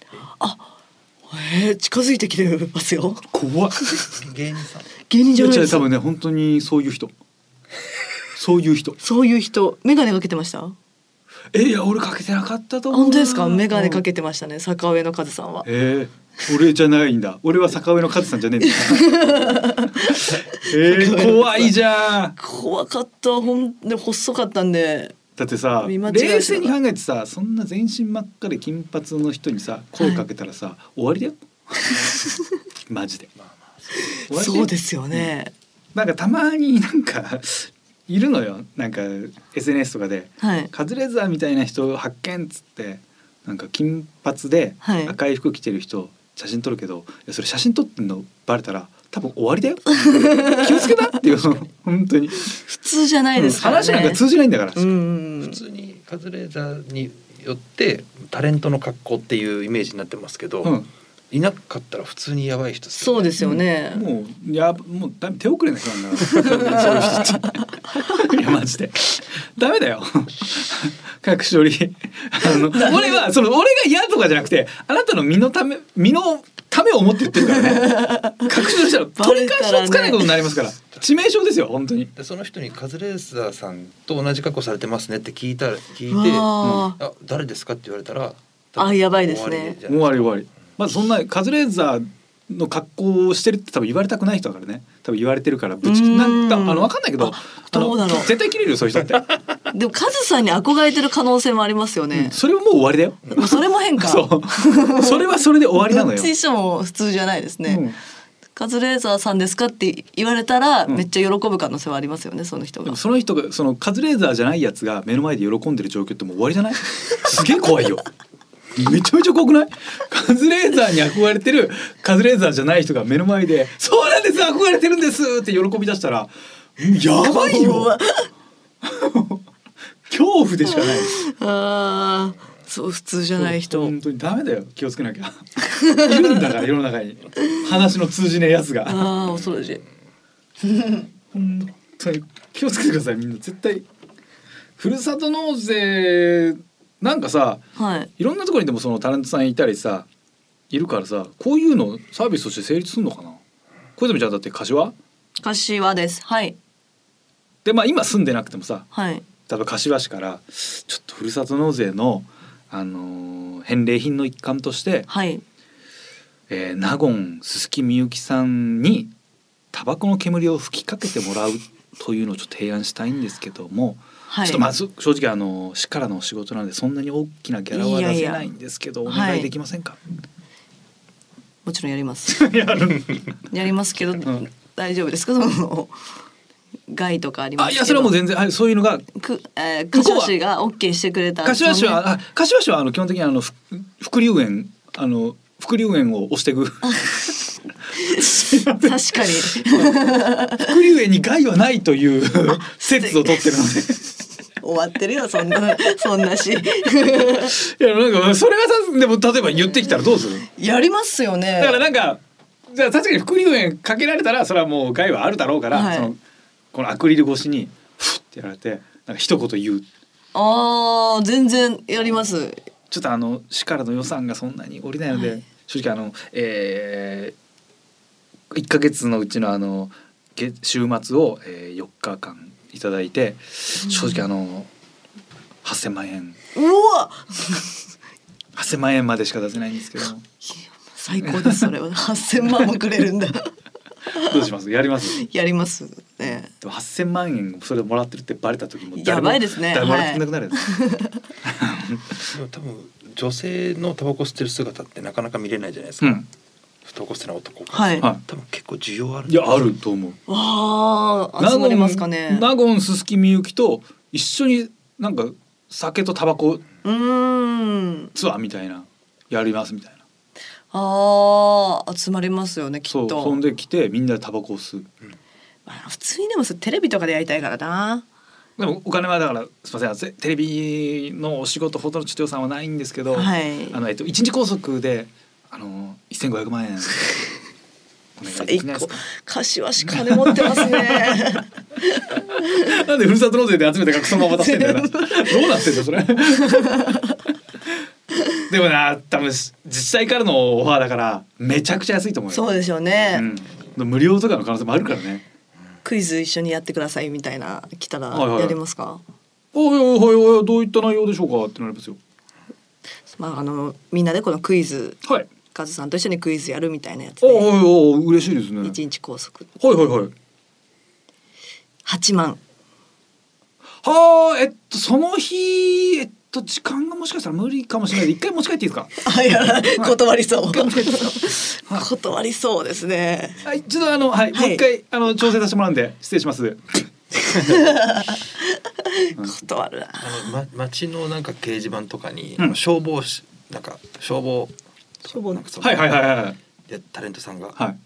近づいてきてますよ。 怖っ。 芸人さん？ 芸人じゃないです。 多分ね本当にそういう人。 メガネかけてました？ いや俺かけてなかったと思う。 本当ですか？メガネかけてましたね。坂上のカズさんは。 俺じゃないんだ。俺は坂上のカズさんじゃねえんだ。怖いじゃん。 怖かった。細かったんで。 だってさ冷静に考えてさ、そんな全身真っ赤で金髪の人にさ声かけたらさ、終わりだよ。マジで。 そうですよね。 なんかたまになんかいるのよ。なんか SNS とかで、カズレーザーみたいな人発見っつってなんか金髪で赤い服着てる人写真撮るけど、それ写真撮ってんのバレたら多分終わりだよ。気をつけたっていう本当に普通じゃないですからね。 話なんか通じないんだから。 普通にカズレーザーによってタレントの格好っていうイメージになってますけど、いなかったら普通にやばい人ですよね。 そうですよね。 もう手遅れな人なんだから。そういう人っていやマジでダメだよ。隠し撮り俺が嫌とかじゃなくて、あなたの身のためを思って言ってるからね。隠し撮りしたら取り返しのつかないことになりますから。致命傷ですよ本当に。 その人にカズレーザーさんと同じ格好されてますねって聞いて誰ですかって言われたらやばいですね。 終わり。まずそんなカズレーザーの格好をしてるって多分言われたくない人だからね。多分言われてるから分かんないけど、 どうだろう。 絶対切れるよそういう人って。 でもカズさんに憧れてる可能性もありますよね。 それはもう終わりだよ。 それも変か。 それはそれで終わりなのよ。 どっちにしても普通じゃないですね。カズレーザーさんですかって言われたら、めっちゃ喜ぶ可能性はありますよね。その人が。でもその人がカズレーザーじゃないやつが目の前で喜んでる状況ってもう終わりじゃない？すげえ怖いよ。 めちゃめちゃ怖くない？カズレーザーに憧れてるカズレーザーじゃない人が目の前でそうなんです憧れてるんですって喜び出したらやばいよ恐怖でしかない。 あーそう普通じゃない人本当にダメだよ気をつけなきゃいるんだから世の中に話の通じねえやつがああ恐ろしい本当に気をつけてくださいみんな絶対。ふるさと納税なんかさ、はい、いろんなところにでもそのタレントさんいたりさいるからさこういうのサービスとして成立するのかな。小泉ちゃんだって柏ですはいでまあ今住んでなくてもさ、 はい、 例えば柏市からちょっとふるさと納税の、返礼品の一環として、 はい納言鈴木みゆきさんにタバコの煙を吹きかけてもらうというのをちょっと提案したいんですけども、はい、ちょっとまず正直市からの仕事なのでそんなに大きなギャラは出せないんですけどお願いできませんか？はい、 もちろんやりますやりますけど、うん、大丈夫ですか？その害とかありますけど。 いやそれはもう全然そういうのが柏市が OK してくれたんですよね。 柏市は基本的に副流煙副流煙を押していく確かに副流煙に害はないという説を取ってるので終わってるよそんなしいやなんかそれがさでも例えば言ってきたらどうする？やりますよね。 だからなんかじゃあ確かに副流煙かけられたらそれはもう害はあるだろうから、はい、このアクリル越しにフッってやられてなんか一言言う。 あー全然やります。 ちょっと市からの予算がそんなに下りないので、はい、正直1ヶ月のうちの週末を、4日間いただいて、正直8,000万円うわ 8,000万円までしか出せないんですけど最高ですそれは8,000万もくれるんだどうします？やります？ やりますね。 でも8,000万円それもらってるってバレた時もやばいですね。 誰ももらってなくなる、はい、 でも多分女性のタバコ吸ってる姿ってなかなか見れないじゃないですか、うん、タバコ吸ってない男が、はい、多分結構需要ある。 いやあると思う。 あ集まりますかね。 納言鈴木みゆきと一緒になんか酒とタバコツアーみたいなやりますみたいな。 集まりますよねきっと。 そんで来てみんなでタバコを吸う、 普通にでもテレビとかでやりたいからな。 でもお金はだからすみませんテレビのお仕事ほどのちょっと予算はないんですけど、はい、1日拘束で1,500万円お願いできないですか？ 柏市金持ってますねなんでふるさと納税で集めた額そのまま出してんだよなどうなってんだそれでもな多分自治体からのオファーだからめちゃくちゃ安いと思うよ。 そうでしょうね、 うん、無料とかの可能性もあるからね。 クイズ一緒にやってくださいみたいな来たらやりますか？はいはい、どういった内容でしょうかってなりますよ。 みんなでこのクイズ、はい、カズさんと一緒にクイズやるみたいなやつで。 嬉しいですね。 1日拘束。 はい 8万。 はあその日時間がもしかしたら無理かもしれないで一回持ち帰っていいですか？ 断りそう。 はい、 断りそうですね。 はい、ちょっとはい、もう一回調整させてもらうんで失礼します。 断るな。 町のなんか掲示板とかに、消防なんか消防なんかはいタレントさんが、はい、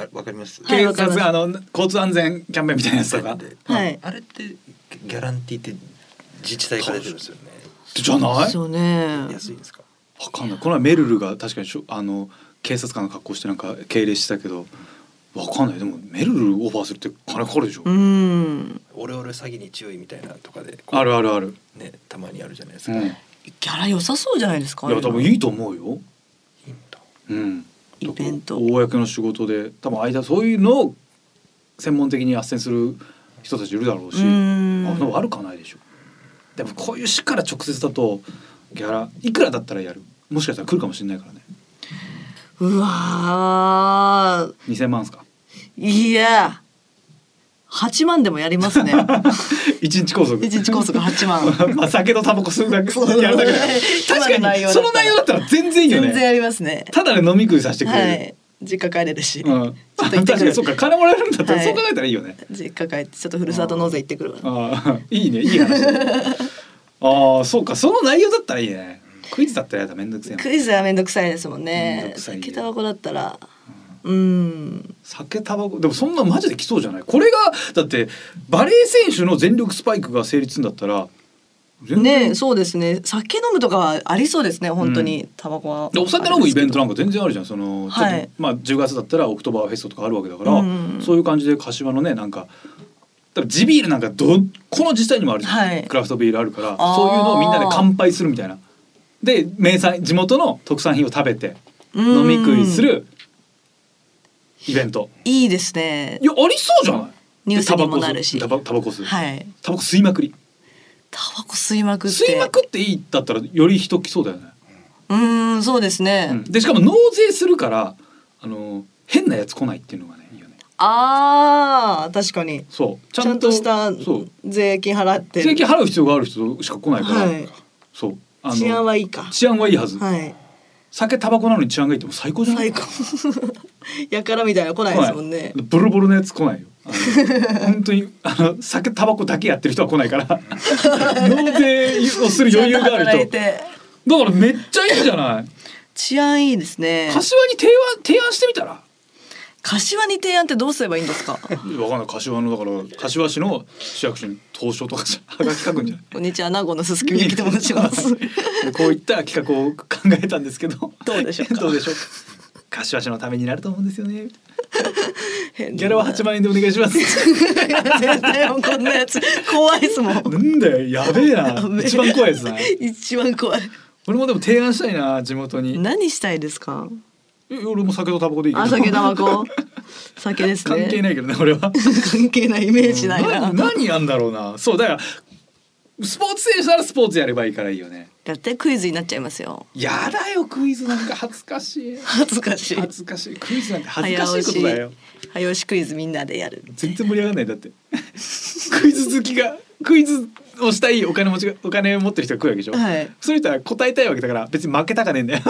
わかります？ 警察交通安全キャンペーンみたいなやつとか、 はい、あれってギャランティーって自治体から出てるんですよね。 じゃない？ そうね。 安いんですか？ わかんない。この前メルルが確かに警察官の格好してなんか敬礼してたけど、わかんない。でもメルルオファーするって金かかるでしょ。 オレオレ詐欺に注意みたいなとかであるね、たまにあるじゃないですか。 ギャラ良さそうじゃないですか？ いや多分いいと思うよ。 いいんだ。 イベント。 公の仕事で多分そういうのを専門的に斡旋する人たちいるだろうし、悪くはないでしょ。でもこういう市から直接だとギャラいくらだったらやる？もしかしたら来るかもしれないからね。 うわー。 2000万ですか？ いや8万でもやりますね。 一日拘束。 1日拘束8万。 まあ酒とタバコ吸うだけやるだけだ。確かにその内容だったら全然いいよね。 全然やりますね。 ただで飲み食いさせてくれる。はい。 実家帰れるし、 ちょっと行ってくる。そうか金もらえるんだったら、そう考えたらいいよね。 実家帰ってちょっとふるさと納税行ってくるわ。 いいねいい話。そうかその内容だったらいいね。 クイズだったらやだめんどくさい。 クイズはめんどくさいですもんね。酒タバコだったら。 酒タバコでもそんなマジで来そうじゃない。これがだってバレー選手の全力スパイクが成立するんだったらね、そうですね。酒飲むとかはありそうですね本当に。タバコはお酒飲むイベントなんか全然あるじゃん。その、はい、まあ10月だったらオクトーバーフェストとかあるわけだから、そういう感じで柏のねなんか地ビールなんかこの自治体にもあるじゃん、はい、クラフトビールあるからそういうのをみんなで乾杯するみたいなで名産地元の特産品を食べて飲み食いするイベント。 いいですね。 いやありそうじゃない。 ニュースにもなるしタバコ吸う、 はい、 タバコ吸いまくり。 タバコ吸いまくっていいだったらより人来そうだよね。そうですね、 でしかも納税するから変なやつ来ないっていうのがねいいよね。 確かにそうちゃんとした税金払って税金払う必要がある人しか来ないから、はい、そう治安はいいか。 治安はいいはず、 はい、 酒タバコなのに治安がいいっても最高じゃない。 最高やからみたいな来ないですもんね。 ボロボロのやつ来ないよ。本当に酒タバコだけやってる人は来ないから納税をする余裕がある人だからめっちゃいいじゃない。 治安いいですね。 柏に提案してみたら。 柏に提案ってどうすればいいんですか。わかんない。柏のだから柏市の市役所に投書とかはがき書くんじゃない。 こんにちは名護のすすきみゆきと申しますこういった企画を考えたんですけどどうでしょうか。 どうでしょうか。柏市のためになると思うんですよね。ギャラは8万円でお願いします。 絶対こんなやつ怖いですもん。 なんだよやべえな。一番怖いやつだ。 一番怖い。 俺もでも提案したいな地元に。 何したいですか。 俺も酒とタバコでいいけど。 酒タバコ酒ですね。 関係ないけどね俺は。 関係ないイメージないな。 何やんだろうな。そうだからスポーツ選手ならスポーツやればいいからいいよね。 だってクイズになっちゃいますよ。 やだよクイズなんか恥ずかしい。 恥ずかしい。 恥ずかしい。クイズなんて恥ずかしいことだよ。 早押しクイズみんなでやる。 全然盛り上がらないだって。クイズ好きがクイズをしたいお金持を持ってる人が来るわけでしょ。はい、そういう人は答えたいわけだから別に負けたかねえんだよ。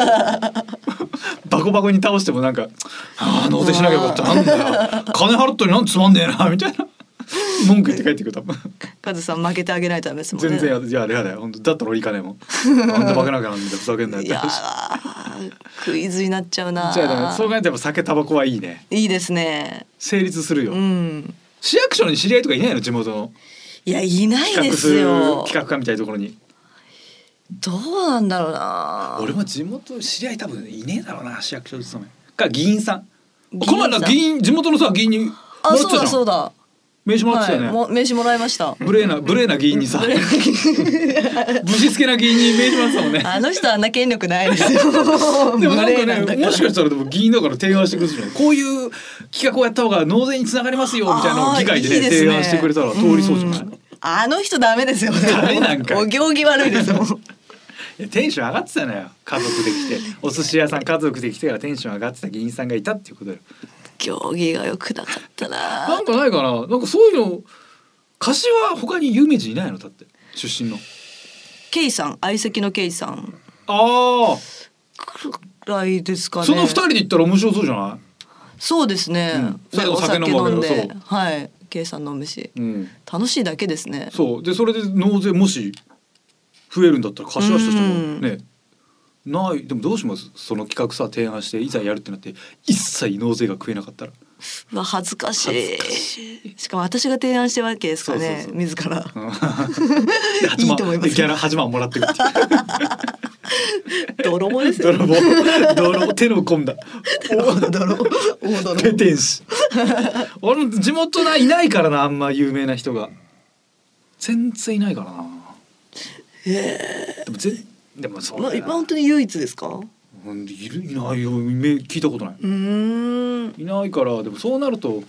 バコバコに倒してもなんか納税しなきゃよかったなんだよ金払ったのになんつまんねえなみたいな文句言って帰ってくる多分。 カズさん負けてあげないとダメですもんね。 全然やだよ本当だったら俺行かねえもん。あんな負けなきゃなんだふざけんなよって。 いやクイズになっちゃうな。 じゃあそう考えても酒タバコはいいね。 いいですね。 成立するよ。市役所に知り合いとかいないの地元の。 いやいないですよ。 企画課みたいなところに。 どうなんだろうな。 俺も地元知り合い多分いねえだろうな市役所勤めか議員さん。この前議員地元のさ議員にもらってたじゃん。 そうだ名刺もらってたよね。 名刺もらいました。 無礼な議員にさぶしつけな議員に名刺もらってたもんね。 あの人あんな権力ないですよ。 でもなんかねもしかしたらでも議員だから提案してくれるじゃん。こういう企画をやった方が納税につながりますよみたいなのを議会でね提案してくれたら通りそうじゃない。 あの人ダメですよね。 ダメなんか。 お行儀悪いですもん。 テンション上がってたのよ。家族で来てお寿司屋さん家族で来てからテンション上がってた議員さんがいたっていうことよ。 行儀が良くなかったな。 なんかないかな。なんかそういうの柏他に有名人いないのだって出身の。 ケイさん相席のケイさん。くらいですかね。 その2人で行ったら面白そうじゃない。 そうですね。 最後お酒飲んではいケイさん飲むし、楽しいだけですね。 そうでそれで納税もし増えるんだったら柏市としてもねない。でもどうします。その企画さ提案していざやるってなって一切納税が食えなかったら。 恥ずかしい。しかも私が提案してるわけですからね。自らいいと思います。 ギャラ8万もらってくって泥棒ですよ。 泥手の込んだ泥ペテン師。俺の地元いないからな。あんま有名な人が全然いないからな。でもそうだよな。 本当に唯一ですか。 いないよ。聞いたことない。いないから。でもそうなると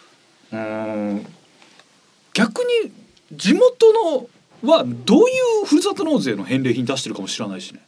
逆に地元のはどういうふるさと納税の返礼品出してるかも知らないしね。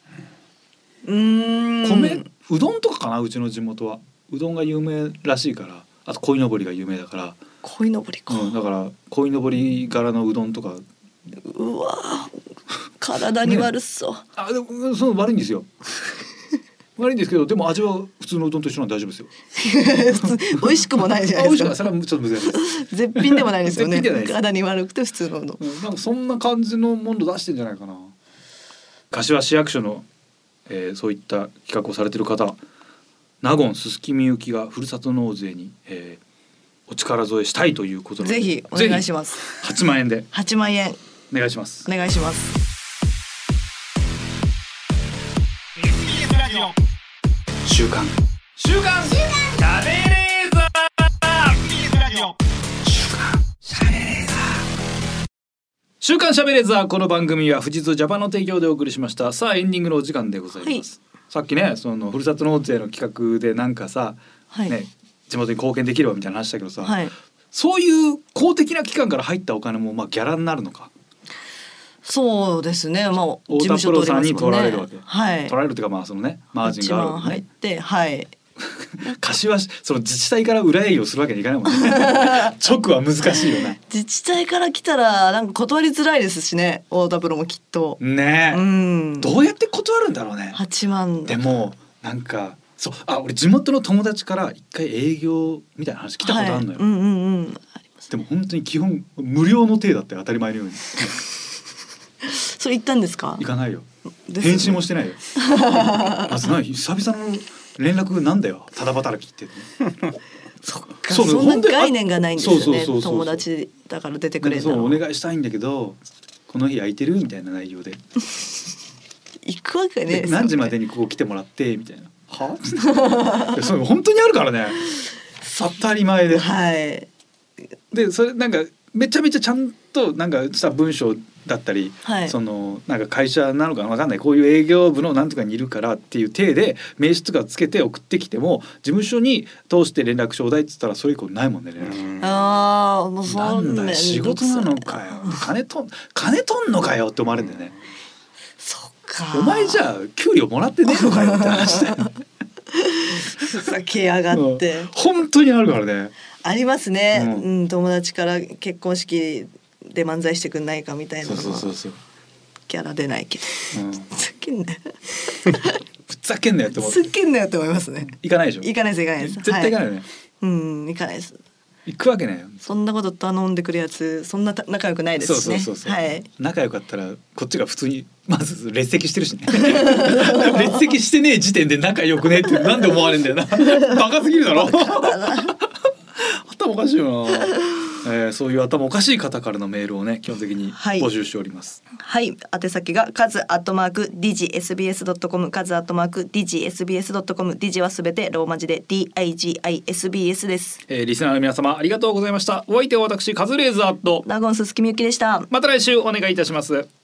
うどんとかかな。うちの地元はうどんが有名らしいから。あと鯉のぼりが有名だから。 鯉のぼりか、 だから鯉のぼり柄のうどんとか。 うわ体に悪そう、 でもその悪いんですよ。悪いんですけどでも味は普通のうどんと一緒なんで大丈夫ですよ。 美味しくもないじゃないですか。 それはちょっと難しいです。 絶品でもないですよね。体に悪くて普通のうどん、 なんかそんな感じのもの出してんじゃないかな。 柏市役所の、そういった企画をされている方、納言すすきみゆきがふるさと納税に、お力添えしたいということで、 ぜひお願いします。 8万円で 8万円お願いします。 お願いします。 週刊しゃべれーザー週刊しゃべれーザー。この番組は富士通ジャパンの提供でお送りしました。さあエンディングのお時間でございます、はい、さっきねそのふるさと納税の企画でなんかさ、はい、ね、地元に貢献できればみたいな話だけどさ、はい、そういう公的な機関から入ったお金もまあギャラになるのか。 そうですね、まあ、 太田プロさんに取られるわけ、 はい、 取られるというかまあそのねマージンがあるわけ、ね、 1万入ってはい柏その自治体から裏営業するわけにいかないもんね直は難しいよね。 自治体から来たらなんか断りづらいですしね、太田プロもきっとね、うん、どうやって断るんだろうね。 8万でもなんかそう、俺地元の友達から一回営業みたいな話来たことあるのよ、はい、うんうんうん、あります。でも本当に基本無料の体だって当たり前のようにそれ言ったんですか。 行かないよ、返信もしてないよまず何久々の連絡なんだよただ働きってそっか、そんな概念がないんですよね。友達だから出てくれるそうお願いしたいんだけどこの日空いてるみたいな内容で行くわけね。 何時までにここ来てもらってみたいなはそれ本当にあるからね当たり前で、 はい、 でそれなんかめちゃめちゃちゃんとなんかした文章だったり、 はい、 そのなんか会社なのか分かんないこういう営業部のなんとかにいるからっていう体で名刺とかつけて送ってきても事務所に通して連絡ちょうだいっつったらそれ以降ないもんね。 ああもうそんな仕事なのかよ金とんのかよって思われるんだよね。 そっかお前じゃあ給料もらってねえのかよって話だよふざけやがって、 本当にあるからね。 ありますね、うん、友達から結婚式で漫才してくんないかみたいなのはそうギャラ出ないけど、ふざけんなよふざけんなよって思う。 ふざけんなよって思いますね。 行かないでしょ。 行かないです絶対行かないよね、はい、 行かないです。 行くわけないよ。 そんなこと頼んでくるやつそんな仲良くないですしね。 そう、 はい、 仲良かったらこっちが普通にまず列席してるしね列席してねえ時点で仲良くねえってなんで思われんだよなバカすぎるだろ頭おかしいよな、そういう頭おかしい方からのメールをね基本的に募集しております。 はい、宛先がkaz@digisbs.com kaz@digisbs.com ディジはすべてローマ字で DIGISBS です。 リスナーの皆様ありがとうございました。お相手は私カズレーザーと納言すすきみゆきでした。 また来週お願いいたします。